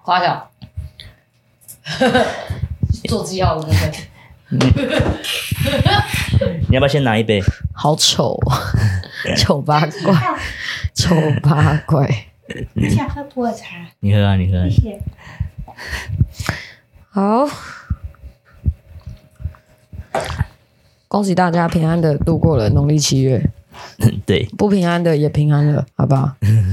花小，做记号的部分。 你要不要先拿一杯？ 好丑哦，丑八怪，丑八怪。 你想喝普洱茶？ 你喝啊，你喝啊。 谢谢。 好，恭喜大家平安的度过了农历7月。 对， 不平安的也平安了，好不好？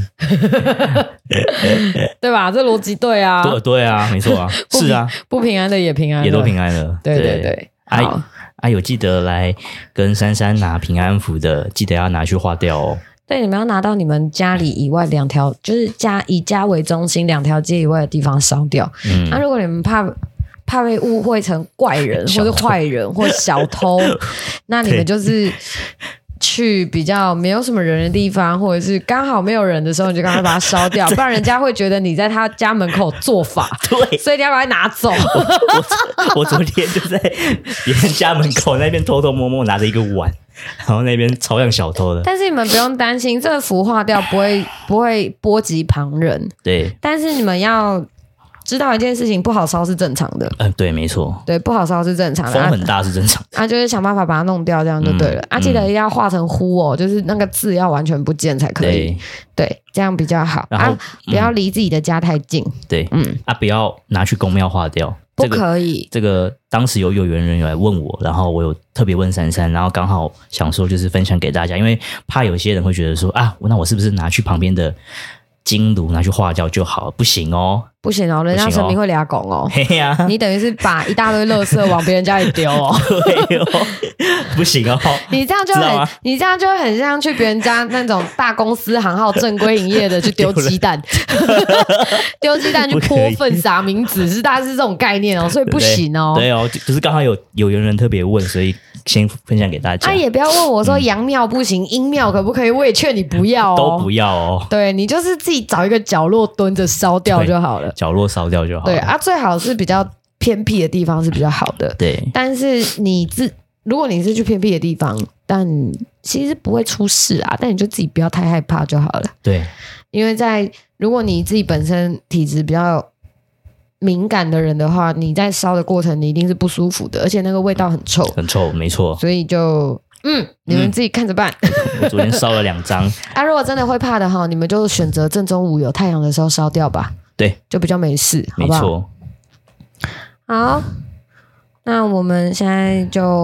对吧？这逻辑对啊。 对啊，没错啊，是啊， 不平安的也平安了， 也都平安了。 对对对， 好啊，有记得来跟珊珊拿平安符的，记得要拿去化掉哦。 对，你们要拿到你们家里以外2条，就是以家为中心2条街以外的地方烧掉。那如果你们怕被误会成怪人或是坏人或小偷，那你们就是去比较没有什么人的地方，或者是刚好没有人的时候，你就赶快把它烧掉，不然人家会觉得你在他家门口做法。 对， 所以你要把它拿走。 我昨天就在别人家门口那边偷偷摸摸拿着一个碗，然后那边超像小偷的。 但是你们不用担心，这个符化掉不会波及旁人。 对， 但是你们要知道一件事情，不好烧是正常的。 对，没错。 对，不好烧是正常的。 风很大是正常的。 就是想办法把它弄掉，这样就对了。记得要画成糊哦，就是那个字要完全不见才可以。对，这样比较好。不要离自己的家太近。 对，不要拿去公庙化掉。 不可以。 这个当时有缘人有来问我，然后我有特别问珊珊，然后刚好想说就是分享给大家，因为怕有些人会觉得说那我是不是拿去旁边的金炉拿去化掉就好？不行哦， 不行哦，人家神明会俩拱哦。 嘿呀， 你等于是把一大堆垃圾往别人家里丢哦。 对哦，不行哦。你这样就会很像去别人家那种大公司行号正规营业的去丢鸡蛋，丢鸡蛋去泼粪撒冥纸，大概是这种概念哦，所以不行哦。 对哦，就是刚好有缘人特别问，所以先分享给大家。 也不要问我说阳庙不行，阴庙可不可以？我也劝你不要哦， 都不要哦。对， 你就是自己找一个角落蹲着烧掉就好了。 角落烧掉就好了。 对最好是比较偏僻的地方是比较好的。对，但是如果你是去偏僻的地方，但其实不会出事啊，但你就自己不要太害怕就好了。对，因为如果你自己本身体质比较敏感的人的话，你在烧的过程你一定是不舒服的，而且那个味道很臭，很臭，没错。所以就你们自己看着办。 我昨天烧了2张。 如果真的会怕的话，你们就选择正中午有太阳的时候烧掉吧。对，就比较没事，好不好？没错。好，那我们现在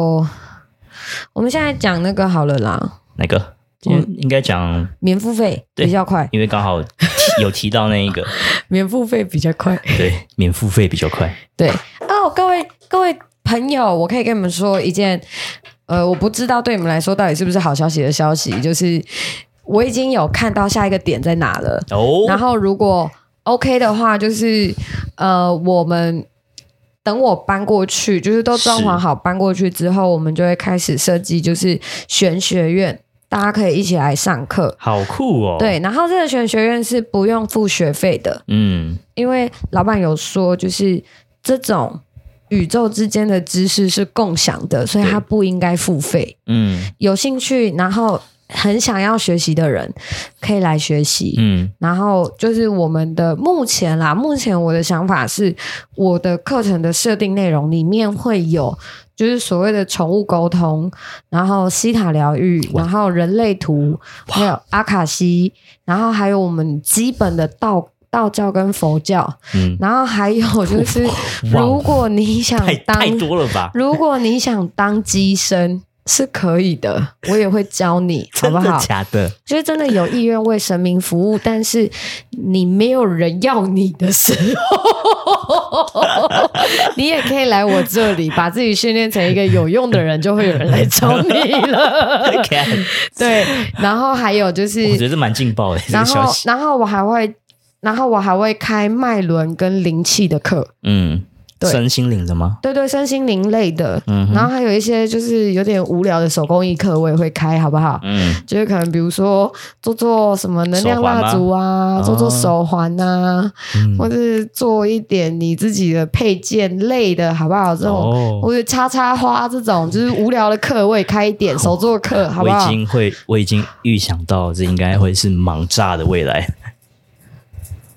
讲那个好了啦。哪个？今天应该讲免付费比较快，因为刚好有提到那一个免付费比较快。对，免付费比较快。对各位朋友，我可以跟你们说一件我不知道对你们来说到底是不是好消息的消息，就是我已经有看到下一个点在哪了。然后如果OK 的话，就是我们等我搬过去，就是都装潢好搬过去之后，我们就会开始设计，就是玄学院，大家可以一起来上课。好酷哦！对，然后这个玄学院是不用付学费的，因为老板有说，就是这种宇宙之间的知识是共享的，所以它不应该付费。有兴趣，然后很想要学习的人可以来学习。然后就是我们的目前我的想法是，我的课程的设定内容里面会有就是所谓的宠物沟通，然后西塔疗愈，然后人类图，还有阿卡西，然后还有我们基本的道教跟佛教，然后还有就是如果你想当太多了吧，如果你想当机身是可以的，我也会教你，好不好？真的假的？就是真的有意愿为神明服务，但是你没有人要你的时候，你也可以来我这里，把自己训练成一个有用的人，就会有人来找你了。对，然后还有就是，我觉得这蛮劲爆的。然后我还会开脉轮跟灵气的课。身心灵的吗？对，身心灵类的。然后还有一些就是有点无聊的手工艺课我也会开，好不好？就是可能比如说做什么能量蜡烛啊，做手环啊，或者是做一点你自己的配件类的，好不好？这种或者插花这种就是无聊的课我也开一点手作课，好不好？我已经预想到这应该会是忙炸的未来。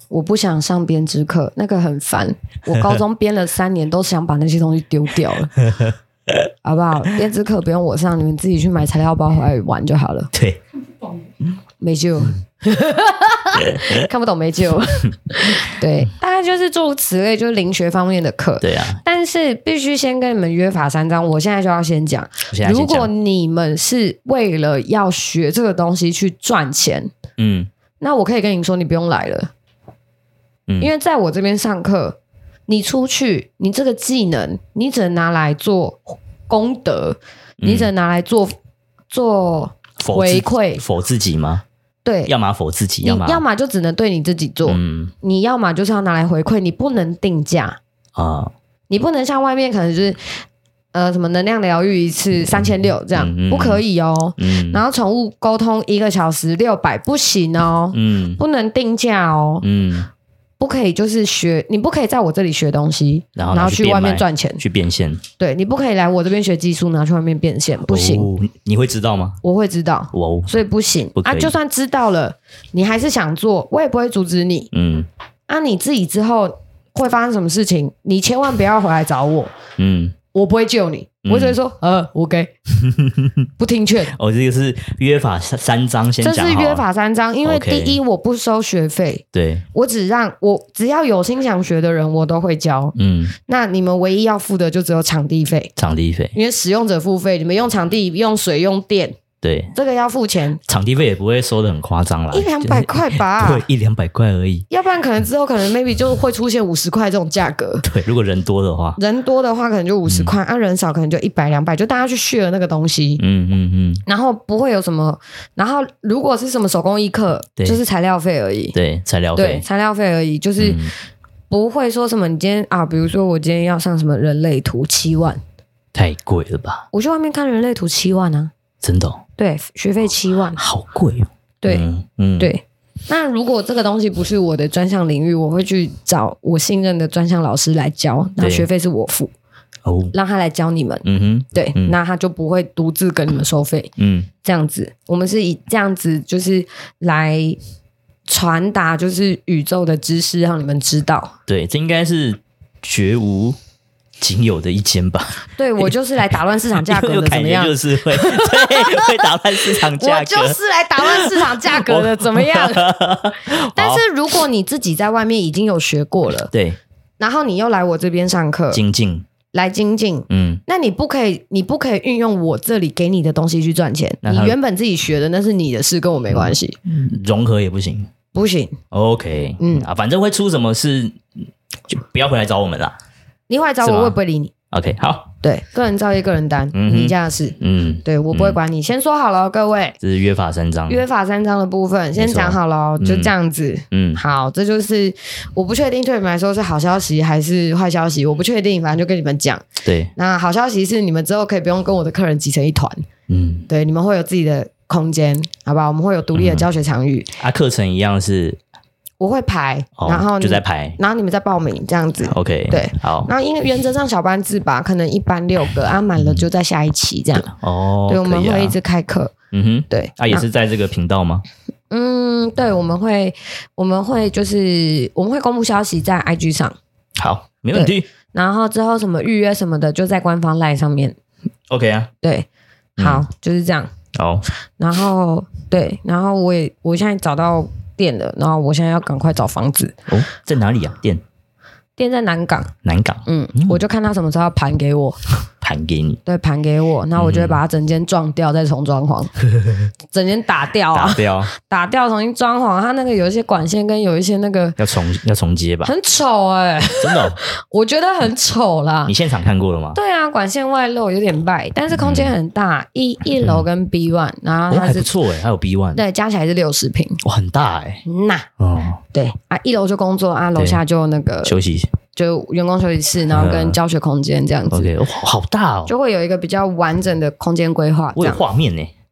我不想上编织课，那个很烦。我高中编了3年，都想把那些东西丢掉了，好不好？编织课不用我上，你们自己去买材料包回来玩就好了。 对， 没救，看不懂没救。对，大概就是诸如此类，就是灵学方面的课。 对啊， 但是必须先跟你们约法三章。我现在就要先讲，如果你们是为了要学这个东西去赚钱，那我可以跟你说，你不用来了。因为在我这边上课，你出去，你这个技能，你只能拿来做功德，你只能拿来做回馈， 否自己吗？ 对， 要么否自己， 要么就只能对你自己做。你要么就是要拿来回馈，你不能定价啊，你不能像外面可能就是什么能量疗愈一次3600这样，不可以哦。然后宠物沟通1个小时600不行哦，不能定价哦。不可以就是学，你不可以在我这里学东西，然后去外面赚钱， 去变现。 对，你不可以来我这边学技术，拿去外面变现，不行。 你会知道吗？ 我会知道，所以不行。啊，就算知道了，你还是想做，我也不会阻止你。你自己之后会发生什么事情，你千万不要回来找我。我不会救你，我只会说OK 不听劝。 这个是约法三章，先讲好。这是约法三章，因为第一我不收学费， 对， 我只要有心想学的人我都会教。那你们唯一要付的就只有场地费，因为使用者付费，你们用场地、用水、用电。对，这个要付钱， 场地费也不会收得很夸张啦 ，100-200块吧， 对，100-200块而已。 要不然可能之后maybe 就会出现50块这种价格。 对，如果人多的话可能就50块，人少可能就100-200，就大家去share那个东西。然后不会有什么，然后如果是什么手工艺课，就是材料费而已。 对，材料费而已，就是不会说什么你今天比如说我今天要上什么人类图7万， 太贵了吧？ 我去外面看人类图7万啊， 真的。 对，学费7万， 好贵哦。 对，对。那如果这个东西不是我的专项领域，我会去找我信任的专项老师来教，那学费是我付，让他来教你们。对，那他就不会独自跟你们收费。这样子，我们是以这样子就是来传达就是宇宙的知识，让你们知道。 对，这应该是绝无仅有的一间吧。 对，我就是来打乱市场价格的，怎么样？ 就是会打乱市场价格， 我就是来打乱市场价格的，怎么样？但是如果你自己在外面已经有学过了， 对， 然后你又来我这边上课精进， 那你不可以运用我这里给你的东西去赚钱。你原本自己学的那是你的事，跟我没关系。 融合也不行， 不行。 OK，反正会出什么事就不要回来找我们啦。 你回来找我，我也不会理你。 OK， 好， 对，个人造业个人担，你家的事，对，我不会管你。先说好了，各位， 这是约法三章的部分，先讲好了，就这样子。好，这就是我不确定对你们来说是好消息还是坏消息，我不确定，反正就跟你们讲。 对， 那好消息是你们之后可以不用跟我的客人挤成一团，对，你们会有自己的空间，好不好？我们会有独立的教学场域， 课程一样是。 我会排，然后就在排， 然后你们再报名这样子。 OK， 对， 好。 然后因为原则上小班制吧，可能一班6个，满了就在下一期这样。对，我们会一直开课。对。 也是在这个频道吗？ 对，我们会就是我们会公布消息在 IG 上。 好，没问题。 然后之后什么预约什么的，就在官方 LINE 上面。 OK 啊。 对，好，就是这样。 好。 然后对，然后我现在找到店了，然后我现在要赶快找房子。 在哪里啊？店在南港。我就看他什么时候要盘给我。 盘给你？ 对，盘给我，那我就会把它整间撞掉，再重装潢。整间打掉，重新装潢。它那个有一些管线跟有一些那个要重接吧？ 很丑真的。 我觉得很丑啦。 你现场看过了吗？ 对啊，管线外露有点败，但是空间很大，一楼跟 B1， 然后它还不错还有 B1， 对，加起来是60平， 哇，很大对一楼就工作楼下就那个休息。 就员工休息室，然后跟教学空间这样子。 OK， 好大哦， 就会有一个比较完整的空间规划。 我有画面呢。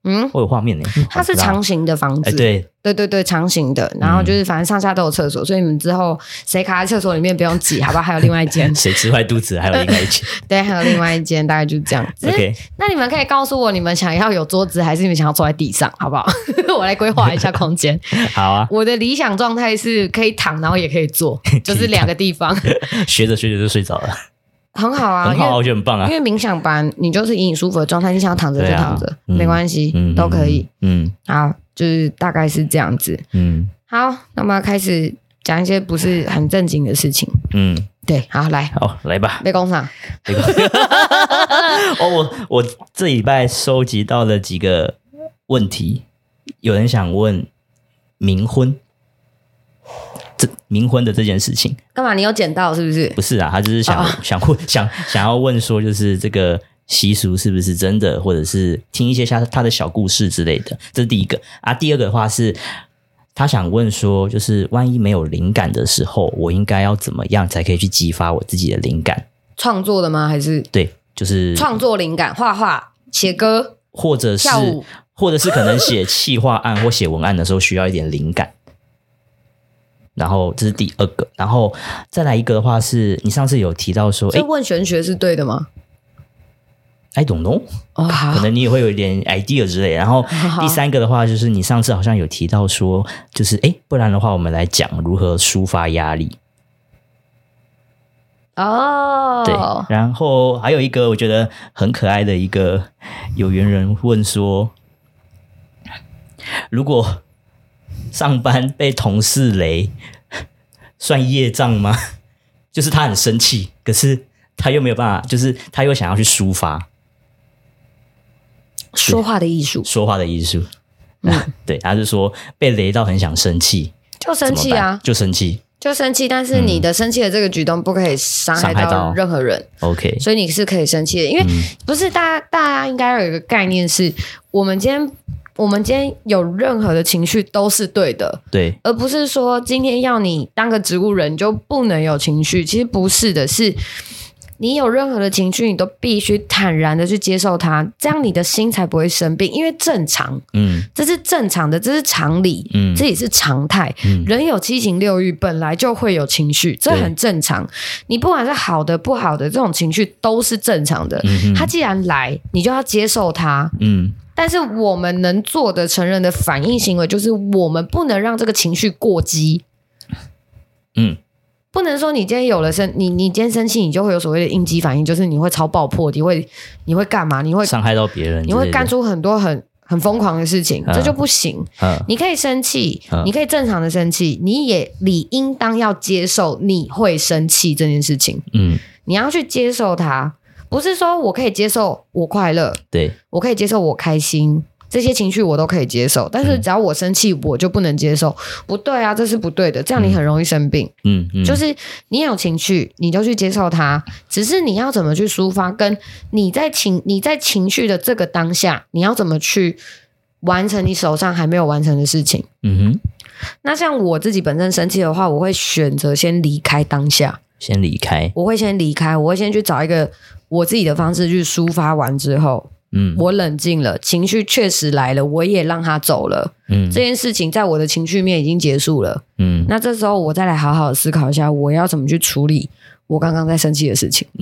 我有画面它是长形的房子，对，长形的，然后就是反正上下都有厕所，所以你们之后谁卡在厕所里面不用挤，好不好？还有另外一间， 谁吃坏肚子还有另外一间， 对，还有另外一间，大概就这样子。 OK， 那你们可以告诉我，你们想要有桌子，还是你们想要坐在地上，好不好？我来规划一下空间。 好啊， 我的理想状态是可以躺，然后也可以坐，就是2个地方。 学着就睡着了。 很好啊， 很好啊，我觉得很棒啊。 因为冥想班，你就是以你舒服的状态，你想要躺着就躺着，没关系，都可以。好，就是大概是这样子。好，那么开始讲一些不是很正经的事情。对，好，来吧。被攻上。 我这礼拜收集到了几个问题，有人想问冥婚。冥婚的这件事情干嘛？你有捡到是不是？ 不是啊，他就是想要问说，就是这个习俗是不是真的，或者是听一些他的小故事之类的。这是第一个啊。第二个的话是，他想问说，就是万一没有灵感的时候，我应该要怎么样才可以去激发我自己的灵感？ 创作的吗？还是对，就是创作灵感，画画、写歌， 或者是跳舞，或者是可能写企划案或写文案的时候需要一点灵感。然后这是第二个，然后再来一个的话是你上次有提到说， 这问玄学是对的吗？ I don't know，可能你也会有一点 idea 之类的。然后第三个的话就是你上次好像有提到说，就是不然的话我们来讲如何抒发压力。对，然后还有一个我觉得很可爱的一个有缘人问说，如果上班被同事雷算业障吗？就是他很生气，可是他又没有办法，就是他又想要去抒发说话的艺术， 对，他是说被雷到很想生气， 就生气啊， 就生气，但是你的生气的这个举动不可以伤害到任何人。 OK， 所以你是可以生气的，因为不是大家应该有一个概念是，我们今天有任何的情绪都是对的， 对， 而不是说今天要你当个植物人就不能有情绪。其实不是的，是你有任何的情绪，你都必须坦然的去接受它，这样你的心才不会生病。因为正常，这是正常的，这是常理，这也是常态。人有七情六欲，本来就会有情绪，这很正常。你不管是好的不好的，这种情绪都是正常的。它既然来，你就要接受它。但是我们能做的成人的反应行为，就是我们不能让这个情绪过激。不能说你今天有了你今天生气，你就会有所谓的应激反应，就是你会超爆破，你会干嘛？你会伤害到别人， 你会干出很多很疯狂的事情，这就不行。你可以生气，你可以正常的生气，你也理应当要接受你会生气这件事情。你要去接受它。不是说我可以接受我快乐，对，我可以接受我开心，这些情绪我都可以接受，但是只要我生气我就不能接受，不对啊，这是不对的，这样你很容易生病。就是你有情绪你就去接受它，只是你要怎么去抒发，跟你在情绪的这个当下你要怎么去完成你手上还没有完成的事情。那像我自己本身生气的话，我会选择先离开当下，我会先离开，我会先去找一个我自己的方式去抒发完之后，我冷静了，情绪确实来了，我也让它走了，这件事情在我的情绪面已经结束了，那这时候我再来好好的思考一下，我要怎么去处理我刚刚在生气的事情。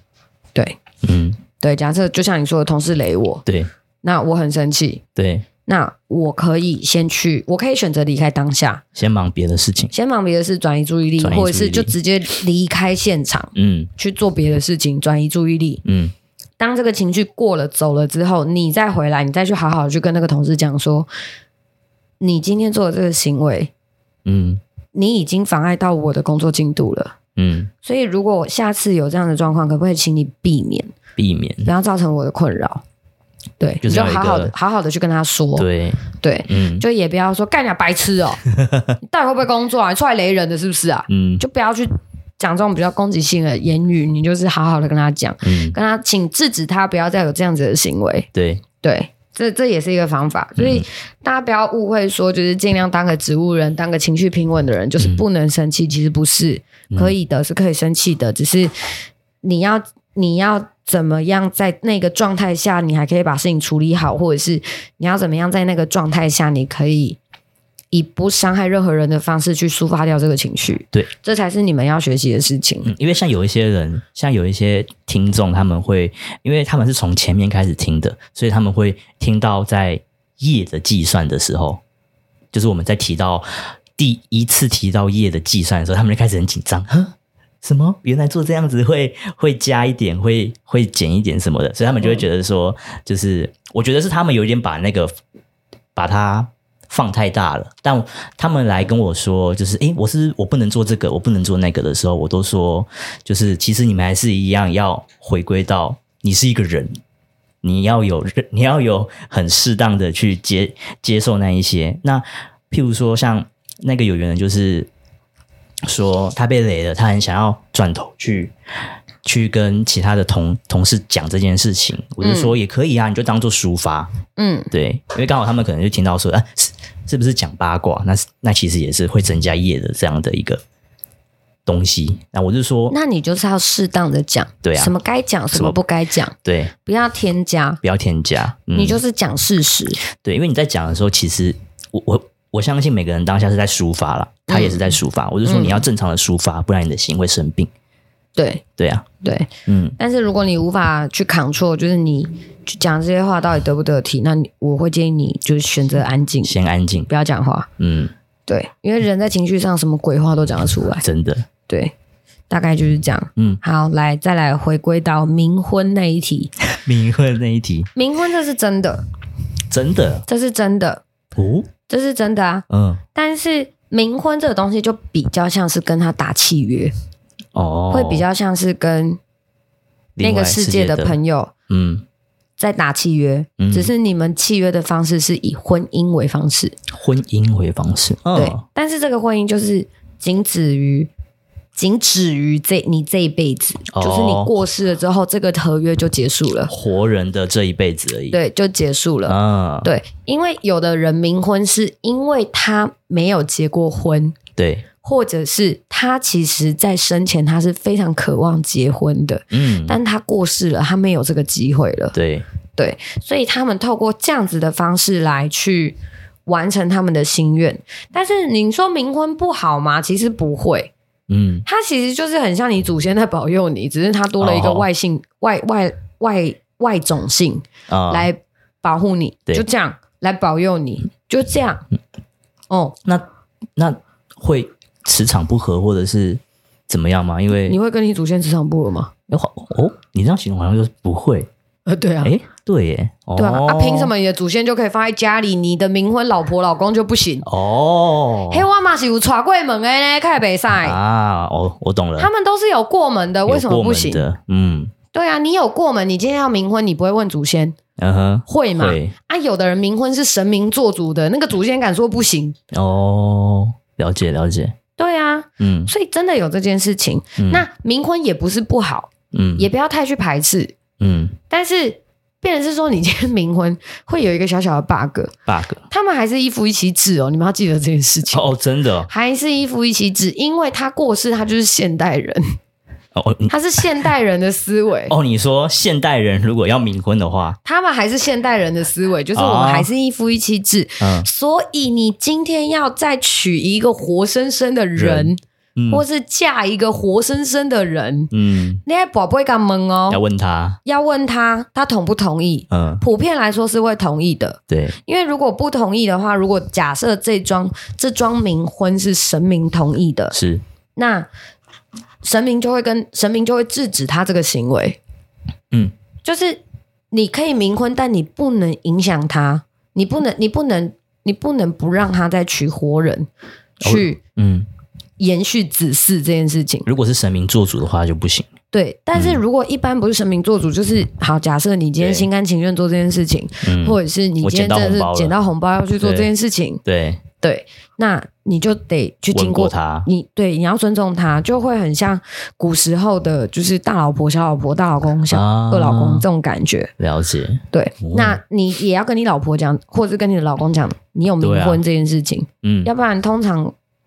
对，假设就像你说的，同事雷我，对，那我很生气，对，那我可以我可以选择离开当下，先忙别的事，转移注意力，或者是就直接离开现场，去做别的事情，转移注意力。当这个情绪过了走了之后，你再回来，你再去好好去跟那个同事讲说，你今天做的这个行为，你已经妨碍到我的工作进度了，所以如果我下次有这样的状况，可不可以请你避免，不要造成我的困扰。对，你就好好的去跟他说，对，就也不要说干你白痴哦，你到底会不会工作啊？你出来雷人的是不是啊？就不要去讲这种比较攻击性的言语，你就是好好的跟他讲，跟他请制止他不要再有这样子的行为。对，这也是一个方法，所以大家不要误会说，就是尽量当个植物人，当个情绪平稳的人，就是不能生气，其实不是，可以的，是可以生气的，只是你要你要怎么样在那个状态下你还可以把事情处理好，或者是你要怎么样在那个状态下你可以以不伤害任何人的方式去抒发掉这个情绪。 对， 这才是你们要学习的事情。 因为像有一些人，像有一些听众，他们会因为他们是从前面开始听的，所以他们会听到在业的计算的时候，就是我们在提到第一次提到业的计算的时候，他们就开始很紧张。什么？原来做这样子会加一点，会减一点什么的，所以他们就会觉得说，就是我觉得是他们有一点把它放太大了。但他们来跟我说，就是我不能做这个，我不能做那个的时候，我都说，就是其实你们还是一样要回归到你是一个人，你要有很适当的去接受那一些。那譬如说像那个有缘人，就是说他被雷了，他很想要转头去跟其他的同事讲这件事情，我就说也可以啊，你就当做抒发。对，因为刚好他们可能就听到说，是不是讲八卦？那其实也是会增加业的这样的一个东西。那我就说， 那你就是要适当的讲， 对啊， 什么该讲，什么不该讲， 对， 不要添加， 你就是讲事实。 对，因为你在讲的时候，其实我相信每个人当下是在抒发啦，他也是在抒发。我就说你要正常的抒发，不然你的心会生病。对啊， 对，但是如果你无法去 control， 就是你讲这些话到底得不得体，那我会建议你就是选择安静， 先安静， 不要讲话。对，因为人在情绪上什么鬼话都讲得出来， 真的。 对，大概就是这样。好，再来回归到冥婚那一题。 冥婚这是真的，这是真的哦， 这是真的啊。但是冥婚这个东西就比较像是跟他打契约。会比较像是跟那个世界的朋友在打契约，只是你们契约的方式是以婚姻为方式。对，但是这个婚姻就是仅止于你这一辈子，就是你过世了之后，这个合约就结束了， 活人的这一辈子而已。 对，就结束了。对，因为有的人冥婚是因为他没有结过婚， 对。 或者是他其实在生前他是非常渴望结婚的，但他过世了，他没有这个机会了。对，所以他们透过这样子的方式来去完成他们的心愿。但是你说冥婚不好吗？其实不会，他其实就是很像你祖先在保佑你，只是他多了一个外性、外种性来保护你，就这样来保佑你，就这样。 那会磁场不合或者是怎么样吗？因为你会跟你祖先磁场不合吗？ 你这样形容好像就是不会。 对啊， 对耶， 对啊，凭什么你的祖先就可以放在家里，你的冥婚老婆老公就不行？嘿，我嘛是有娶过门的呢，开北赛啊。我懂了， 他们都是有过门的，为什么不行？对啊，你有过门，你今天要冥婚，你不会问祖先？会嘛？有的人冥婚是神明做主的，那个祖先敢说不行？ 了解。 对啊，所以真的有这件事情。那冥婚也不是不好，也不要太去排斥，但是变成是说，你今天冥婚会有一个小小的 bug， 他们还是一夫一妻制哦，你们要记得这件事情真的还是一夫一妻制，因为他过世，他就是现代人。他是现代人的思维你说现代人如果要冥婚的话， 他们还是现代人的思维，就是我们还是一夫一妻制，所以你今天要再娶一个活生生的人，或是嫁一个活生生的人，你还不会敢问哦，要问他同不同意。普遍来说是会同意的，对，因为如果不同意的话，如果假设这桩冥婚是神明同意的，是那神明就会制止他这个行为。就是你可以冥婚，但你不能影响他，你不能不让他再娶活人去延续子嗣这件事情。 如果是神明做主的话就不行。 对，但是如果一般不是神明做主，就是好，假设你今天心甘情愿做这件事情，或者是你今天真的是捡到红包要去做这件事情，对，那你就得去经过他，你要尊重他，就会很像古时候的，就是大老婆、小老婆、大老公、二老公这种感觉。 了解， 对，那你也要跟你老婆讲，或者是跟你的老公讲，你有冥婚这件事情，要不然通常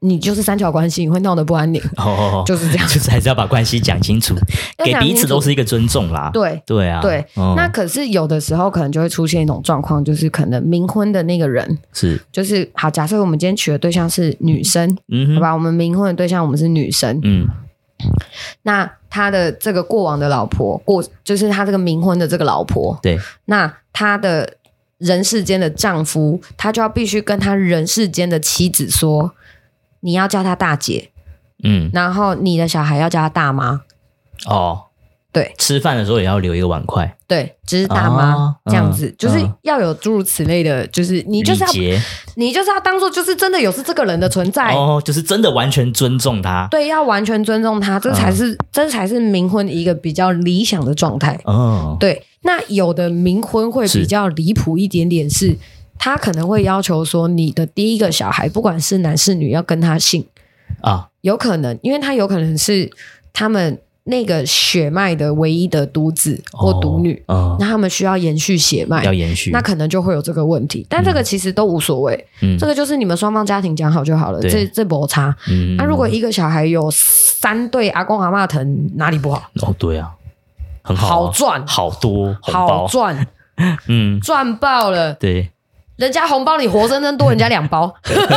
你就是三角关系，你会闹得不安宁。就是这样， 就是还是要把关系讲清楚，给彼此都是一个尊重啦。对啊， 对。那可是有的时候可能就会出现一种状况，就是可能冥婚的那个人就是好，假设我们今天娶的对象是女生，好吧，我们冥婚的对象我们是女生，那他的这个过往的老婆就是他这个冥婚的这个老婆， 对， 那他的人世间的丈夫，他就要必须跟他人世间的妻子说，你要叫他大姐，然后你的小孩要叫他大妈。对， 吃饭的时候也要留一个碗筷， 对，只是大妈这样子，就是要有诸如此类的，就是你就是要当做就是真的有是这个人的存在就是真的完全尊重他， 对，要完全尊重他，这才是冥婚一个比较理想的状态。对，那有的冥婚会比较离谱一点点，是他可能会要求说你的第一个小孩不管是男是女要跟他姓有可能，因为他有可能是他们那个血脉的唯一的独子或独女，那他们需要延续血脉， 要延续， 那可能就会有这个问题。但这个其实都无所谓，这个就是你们双方家庭讲好就好了，这没差。那如果一个小孩有3对阿公阿嬷疼，哪里不好？ 对啊，很好， 好赚， 好多， 好赚，赚爆了。 对。 人家红包你活生生多人家2包，这6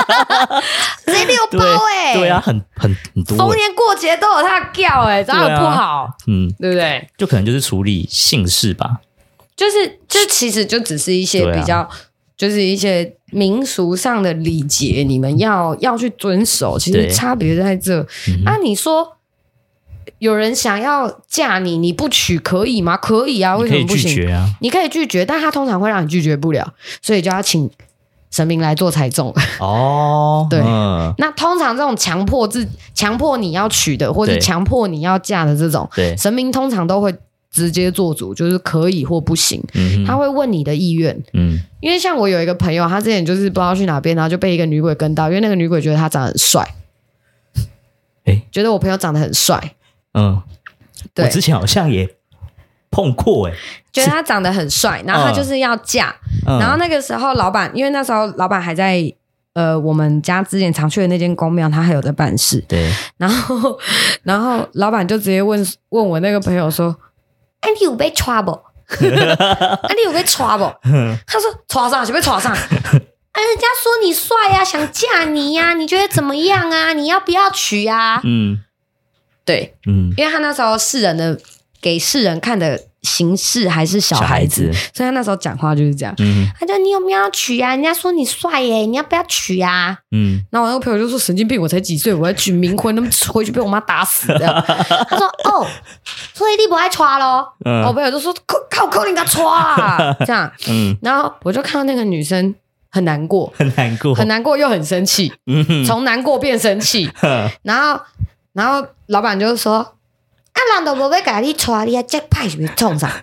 包对啊，很多， 逢年过节都有他的叫这样很不好，对不对？ 就可能就是处理姓氏吧， 就其实就只是一些比较，就是一些民俗上的礼节，你们要去遵守，其实差别在这。你说有人想要嫁你，你不娶可以吗？可以啊，为什么不行？ 你可以拒绝啊， 你可以拒绝，但他通常会让你拒绝不了，所以就要请神明来做裁重。对，那通常这种强迫你要娶的，或者强迫你要嫁的这种，神明通常都会直接做主，就是可以或不行。他会问你的意愿。因为像我有一个朋友，他之前就是不知道去哪边，然后就被一个女鬼跟到，因为那个女鬼觉得他长得很帅，觉得我朋友长得很帅。 我之前好像也碰过觉得他长得很帅，然后他就是要嫁，然后那个时候老板，因为那时候老板还在我们家之前常去的那间宫庙，他还有在办事， 对， 然后老板就直接问我那个朋友说：“你有被抓不？你有被抓不？”他说：“抓上是被抓上。”人家说你帅呀，想嫁你呀，你觉得怎么样啊？你要不要娶啊？对，因为他那时候给世人看的形式还是小孩子，所以他那时候讲话就是这样。他就你有没有要娶啊？人家说你帅耶，你要不要娶啊？那我那个朋友就说神经病，我才几岁，我要娶冥婚，那么回去被我妈打死这样。他说所以你不爱娶咯？我朋友就说靠你给他娶啊，这样。然后我就看到那个女生很难过又很生气，从难过变生气，然后老板就说：“人都无要给你娶，你还这派是不是冲上？”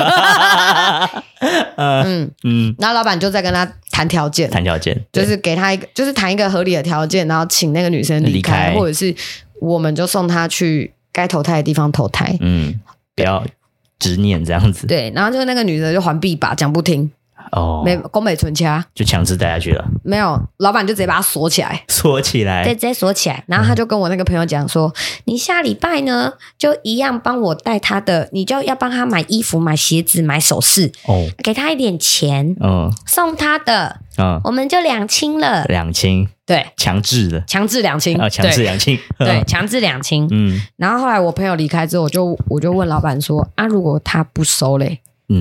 然后老板就在跟他谈条件，就是给他一个，就是谈一个合理的条件，然后请那个女生离开，或者是我们就送她去该投胎的地方投胎。 不要执念这样子。 对，然后就那个女的就还臂把，讲不听。宫美存掐就强制带下去了， 没有，老板就直接把他锁起来，对，直接锁起来。然后他就跟我那个朋友讲说：“你下礼拜呢，就一样帮我带他的，你就要帮他买衣服、买鞋子、买首饰，给他一点钱，送他的，我们就两清了 ，2清， 对， 强制两清， 强制2清， 对，强制2清。然后后来我朋友离开之后，我就问老板说：如果他不收嘞？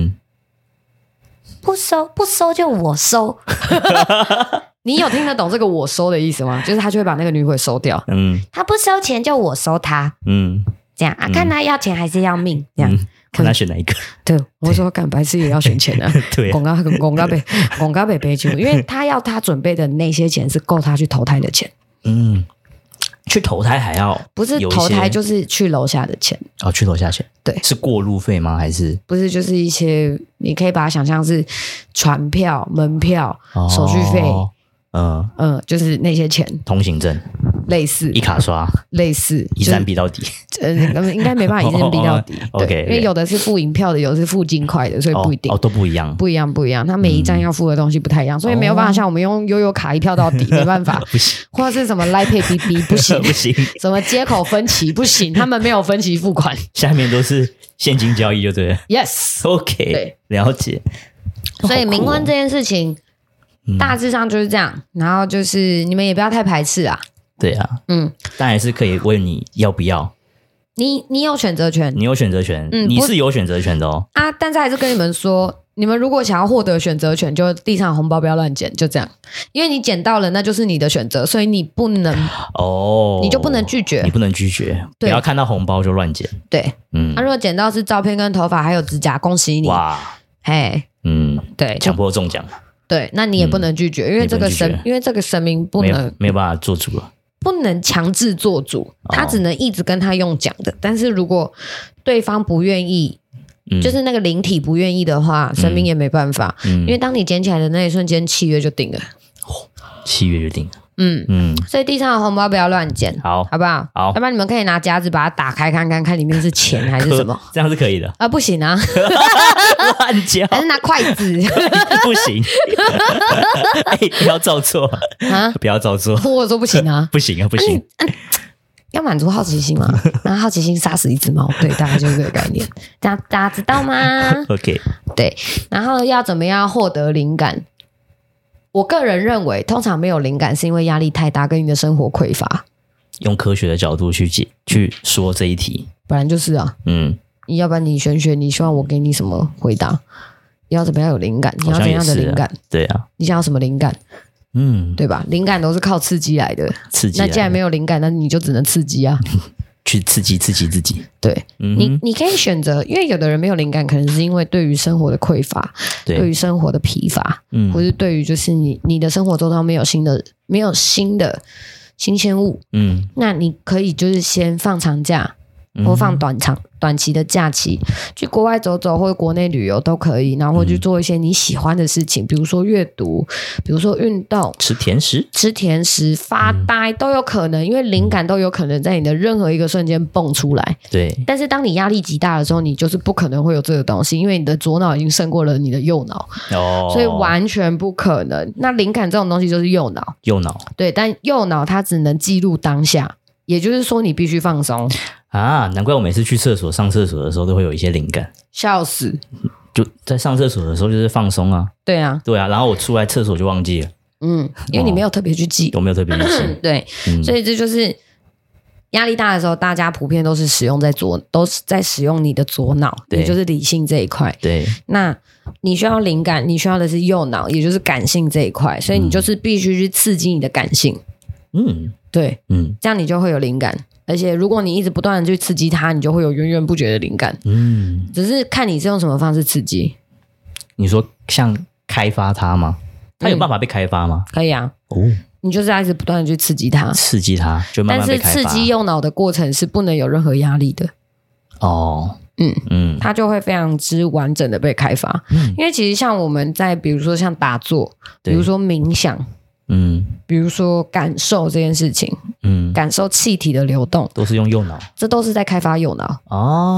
不收就我收。你有听得懂这个我收的意思吗？就是他就会把那个女鬼收掉。他不收钱就我收他。这样看他要钱还是要命？这样看他选哪一个？ 对，我说干白痴也要选钱啊。 对， 广告被求，因为他准备的那些钱是够他去投胎的钱。 去投胎还要不是投胎就是去楼下的钱去楼下钱， 对， 是过路费吗？还是不是？就是一些你可以把它想象是船票、门票、手续费，就是那些钱， 通行证类似一卡刷， 类似一站比到底， 应该没办法一键逼到底。 OK， 因为有的是付银票的，有的是付金块的，所以不一定。 都不一样， 不一样。它每一站要付的东西不太一样，所以没有办法像我们用悠游卡一票到底，没办法。 不行， 或者是什么 Line Pay BB 不行， 不行。 什么接口分期不行，他们没有分期付款， 下面都是现金交易就对了。 Yes，OK，、 对，了解。 所以冥婚这件事情。大致上就是这样，然后就是你们也不要太排斥啊。 对啊，当然是可以问你要不要。 你有选择权， 你有选择权，你是有选择权的哦。 啊，但是还是跟你们说，你们如果想要获得选择权，就地上红包不要乱捡，就这样。因为你捡到了，那就是你的选择，所以你不能你就不能拒绝， 你不能拒绝，不要看到红包就乱捡。 对，如果捡到是照片跟头发还有指甲，恭喜你哇，嘿，对， 强迫中奖。 对，那你也不能拒绝，因为这个神明不能没有办法做主了， 不能强制做主，他只能一直跟他用讲的。但是如果对方不愿意，就是那个灵体不愿意的话，神明也没办法，因为当你捡起来的那一瞬间，契约就定了， 契约就定了。 所以地上的红包不要乱捡，好不好？ 好， 要不然你们可以拿夹子把它打开看看，看里面是钱还是什么， 这样是可以的啊？不行啊， 乱交， 还是拿筷子？ 不行，不要照做啊！不要照做， 我说不行啊， 不行啊，不行。 要满足好奇心嘛，然后好奇心杀死一只猫，对，大概就是这个概念，大家知道吗 ？OK， 对，然后要怎么样获得灵感？我个人认为，通常没有灵感是因为压力太大，跟你的生活匮乏。 用科学的角度去说这一题， 本来就是啊。你要不然你玄学，你希望我给你什么回答？你要怎么样有灵感？你要怎样的灵感？ 对啊， 你想要什么灵感？对吧？灵感都是靠刺激来的。 刺激。 那既然没有灵感，那你就只能刺激啊。 去刺激自己。 对，你可以选择，因为有的人没有灵感，可能是因为对于生活的匮乏，对于生活的疲乏，或是对于就是你的生活周遭没有新的新鲜物，那你可以就是先放长假，或放短期的假期，去国外走走，或者国内旅游都可以，然后去做一些你喜欢的事情，比如说阅读，比如说运动， 吃甜食， 发呆都有可能，因为灵感都有可能在你的任何一个瞬间蹦出来。 对， 但是当你压力极大的时候，你就是不可能会有这个东西，因为你的左脑已经胜过了你的右脑，所以完全不可能。那灵感这种东西就是右脑，对，但右脑它只能记录当下，也就是说你必须放松。 难怪我每次去上厕所的时候都会有一些灵感， 笑死！ 就在上厕所的时候就是放松啊， 对啊， 然后我出来厕所就忘记了， 因为你没有特别去记， 我没有特别去记， 对，所以这就是压力大的时候，大家普遍都是使用你的左脑，也就是理性这一块，对。那你需要灵感，你需要的是右脑，也就是感性这一块，所以你就是必须去刺激你的感性，对，这样你就会有灵感。而且如果你一直不断的去刺激它，你就会有源源不绝的灵感。只是看你是用什么方式刺激。你说像开发它吗？它有办法被开发吗？可以啊。你就是要一直不断的去刺激它就慢慢被开发。但是刺激右脑的过程是不能有任何压力的。它就会非常之完整的被开发。因为其实像我们在比如说像打坐，比如说冥想，比如说感受这件事情，感受气体的流动，都是用右脑，这都是在开发右脑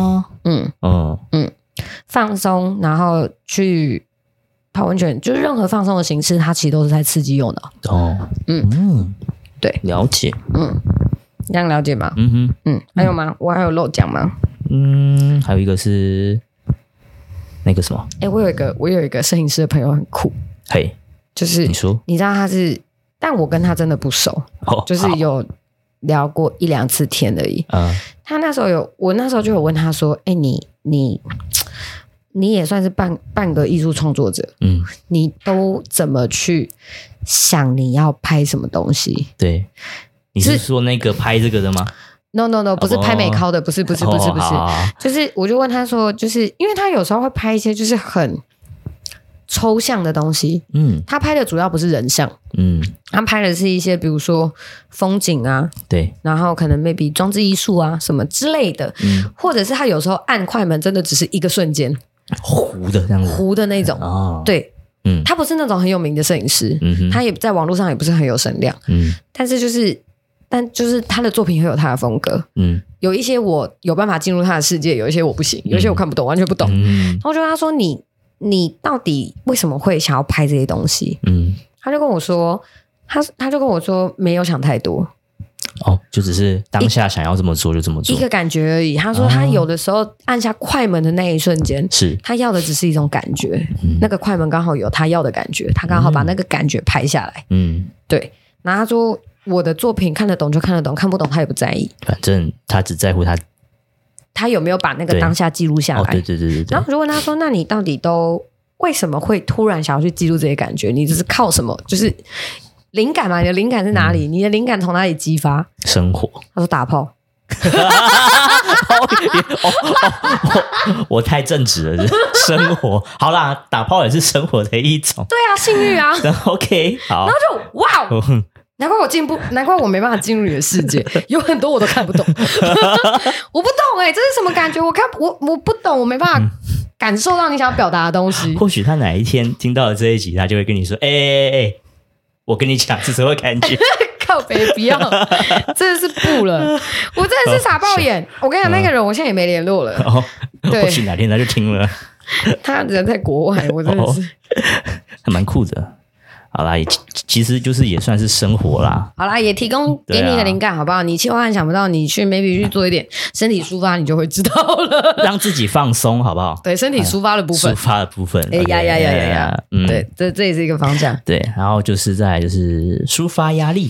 放松，然后去泡温泉，就是任何放松的形式，它其实都是在刺激右脑。对，了解，这样了解吗？还有吗？我还有漏讲吗？还有一个是那个什么？我有一个摄影师的朋友很酷，嘿。就是你知道他是，但我跟他真的不熟，就是有聊过1-2次天而已。他那时候我那时候就有问他说：“你也算是半个艺术创作者，你都怎么去想你要拍什么东西？”对，你是说那个拍这个的吗？No， 不是拍美考的，不是，就是我就问他说，就是因为他有时候会拍一些就是很抽象的东西，他拍的主要不是人像，他拍的是一些比如说风景啊，对，然后可能 maybe 装置艺术啊什么之类的，或者是他有时候按快门真的只是一个瞬间，糊的这样子，糊的那种，对，他不是那种很有名的摄影师，他也在网络上也不是很有声量，但是就是但就是他的作品会有他的风格，有一些我有办法进入他的世界，有一些我不行，有一些我看不懂，完全不懂。然后我就跟他说：“你到底为什么会想要拍这些东西？”他就跟我说，他就跟我说没有想太多。 哦，就只是当下想要这么做就这么做， 一个感觉而已。他说他有的时候按下快门的那一瞬间， 是他要的只是一种感觉，那个快门刚好有他要的感觉，他刚好把那个感觉拍下来。对。然后他说我的作品看得懂就看得懂，看不懂他也不在意， 反正他只在乎他有没有把那个当下记录下来。 对。 然后我就问他说：“那你到底都为什么会突然想要去记录这些感觉？你这是靠什么？就是灵感嘛？你的灵感是哪里？你的灵感从哪里激发？” 生活。 他说打炮。 我太正直了，生活好啦，打炮也是生活的一种。 对啊，性欲啊。 OK， 好。 然后就哇，难怪我进步，难怪我没办法进入你的世界，有很多我都看不懂。我不懂这是什么感觉？我不懂，我没办法感受到你想要表达的东西。 或许他哪一天听到了这一集，他就会跟你说：“哎，我跟你讲是什么感觉。” 靠北不要，真的是不了，我真的是傻爆眼。我跟你讲，那个人我现在也没联络了。 对，或许哪天他就听了。 他人在国外，我真的是还蛮酷的。好啦，其实就是也算是生活啦。 好啦，也提供给你一个灵感，好不好？你千万想不到，你去 maybe 去做一点身体抒发，你就会知道了。 让自己放松，好不好？ 对，身体抒发的部分， 抒发的部分。 呀，对，这也是一个方向。 对，然后就是再来就是抒发压力。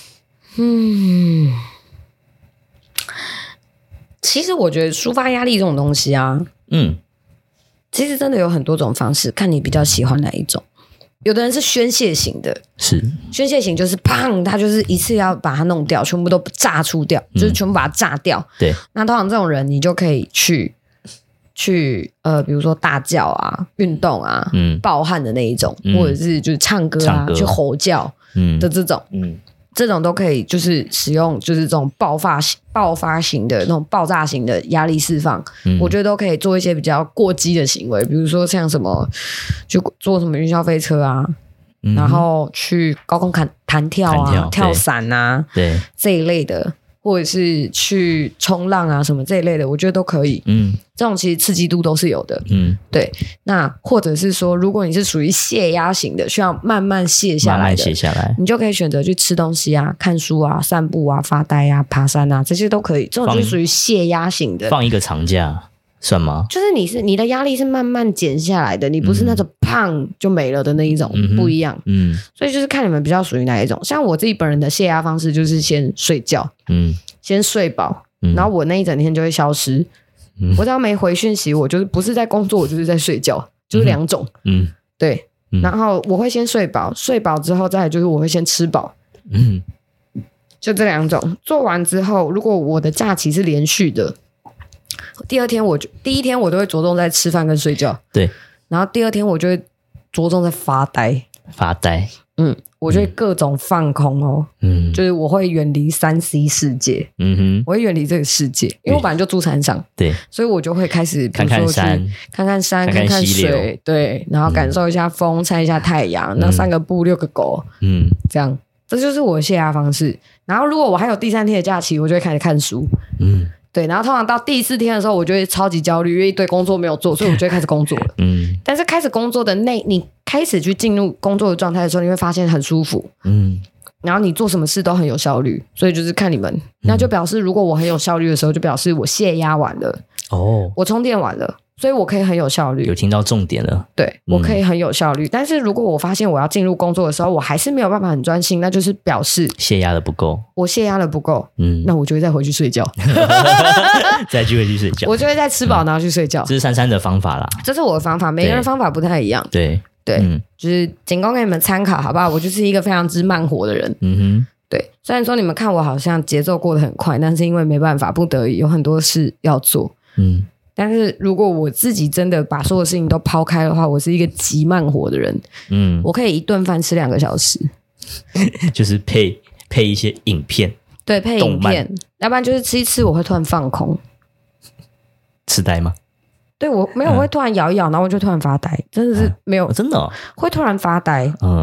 其实我觉得抒发压力这种东西啊，其实真的有很多种方式，看你比较喜欢哪一种。有的人是宣泄型的， 是宣泄型，就是砰，他就是一次要把它弄掉，全部都炸出掉，就是全部把它炸掉。 对， 那通常这种人，你就可以去比如说大叫啊、运动啊、暴汗的那一种，或者是就是唱歌啊、去吼叫的这种，这种都可以，就是使用就是这种爆发型的那种爆炸型的压力释放，我觉得都可以做一些比较过激的行为，比如说像什么去坐什么云霄飞车啊，然后去高空弹跳啊、跳伞啊， 对这一类的，或者是去冲浪啊什么这一类的，我觉得都可以。这种其实刺激度都是有的。对。那或者是说，如果你是属于泄压型的，需要慢慢泄下来的，你就可以选择去吃东西啊、看书啊、散步啊、发呆啊、爬山啊，这些都可以。这种就是属于泄压型的。 放一个长假算吗？ 就是你的压力是慢慢减下来的，你不是那种胖就没了的那一种，不一样。所以就是看你们比较属于哪一种。像我自己本人的泄压方式就是先睡觉，先睡饱，然后我那一整天就会消失。我只要没回讯息，我就是不是在工作，我就是在睡觉，就是两种。对。然后我会先睡饱，睡饱之后再来就是我会先吃饱。就这两种。做完之后，如果我的假期是连续的，第一天我都会着重在吃饭跟睡觉。 对。 然后第二天我就会着重在发呆。我就会各种放空哦。就是我会远离3C 世界。我会远离这个世界，因为我本来就住山上。 对。 所以我就会开始看看山， 看看水，对，然后感受一下风，晒一下太阳，然后散个步，遛个狗。这样，这就是我的泄压方式。然后如果我还有第3天的假期，我就会开始看书。对，然后通常到第4天的时候，我就会超级焦虑，因为一堆工作没有做，所以我就会开始工作了。但是开始工作的你开始去进入工作的状态的时候，你会发现很舒服。然后你做什么事都很有效率，所以就是看你们，那就表示如果我很有效率的时候，就表示我泄压完了，我充电完了，所以我可以很有效率。 有听到重点了。 对，我可以很有效率。但是如果我发现我要进入工作的时候，我还是没有办法很专心，那就是表示泄压的不够。 我泄压的不够，那我就会再回去睡觉。 再去回去睡觉， 我就会再吃饱然后去睡觉。 这是珊珊的方法啦， 这是我的方法，每个人方法不太一样。 对， 就是仅供给你们参考，好不好？我就是一个非常之慢活的人。对，虽然说你们看我好像节奏过得很快，但是因为没办法，不得已有很多事要做。但是如果我自己真的把所有事情都抛开的话，我是一个极慢活的人。我可以一顿饭吃2个小时， 就是配一些影片， 对，配影片，要不然就是吃一吃，我会突然放空， 痴呆吗？ 对，我没有，我会突然摇一摇，然后我就突然发呆，真的是没有， 真的会突然发呆。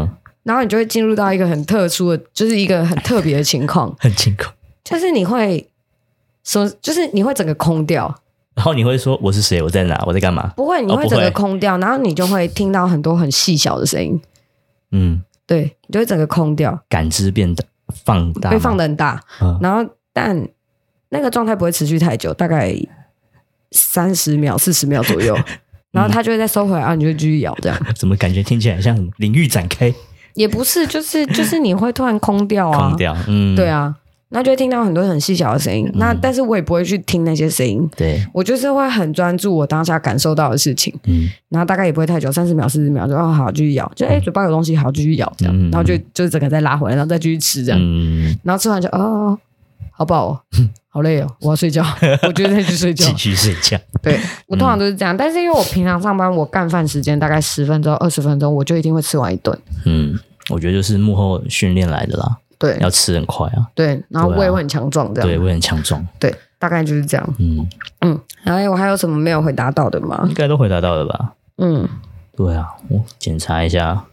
然后你就会进入到一个很特殊的，就是一个很特别的情况， 很情况， 就是你会就是你会整个空掉， 然后你会说我是谁，我在哪，我在干嘛？ 不会，你会整个空掉，然后你就会听到很多很细小的声音。对，你就会整个空掉， 感知变得放大， 被放得很大。然后但那个状态不会持续太久，大概30秒、40秒左右。然后它就会再收回来，然后你就继续咬这样。 怎么感觉听起来像领域展开？ 也不是，就是你会突然空掉啊， 空掉， 对啊，那就会听到很多很细小的声音。那但是我也不会去听那些声音， 对， 我就是会很专注我当下感受到的事情。然后大概也不会太久，30秒、40秒就好继续咬，就嘴巴有东西好继续咬这样，然后就整个再拉回来，然后再继续吃这样。然后吃完就好饱哦，好累哦，我要睡觉，我就再去睡觉， 继续睡觉。 对，我通常都是这样，但是因为我平常上班，我干饭时间大概10分钟、20分钟，我就一定会吃完一顿。 我觉得就是幕后训练来的啦。 对， 要吃很快啊。 对，然后胃会很强壮，这样。 对，胃很强壮。 对，大概就是这样。然后我还有什么没有回答到的吗？ 应该都回答到了吧？对啊，我检查一下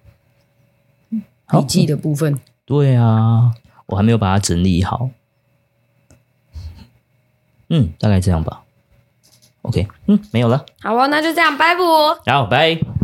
笔记的部分。 对啊，我还没有把它整理好。大概这样吧。OK，没有了。 好哦，那就这样，拜拜。 好，拜。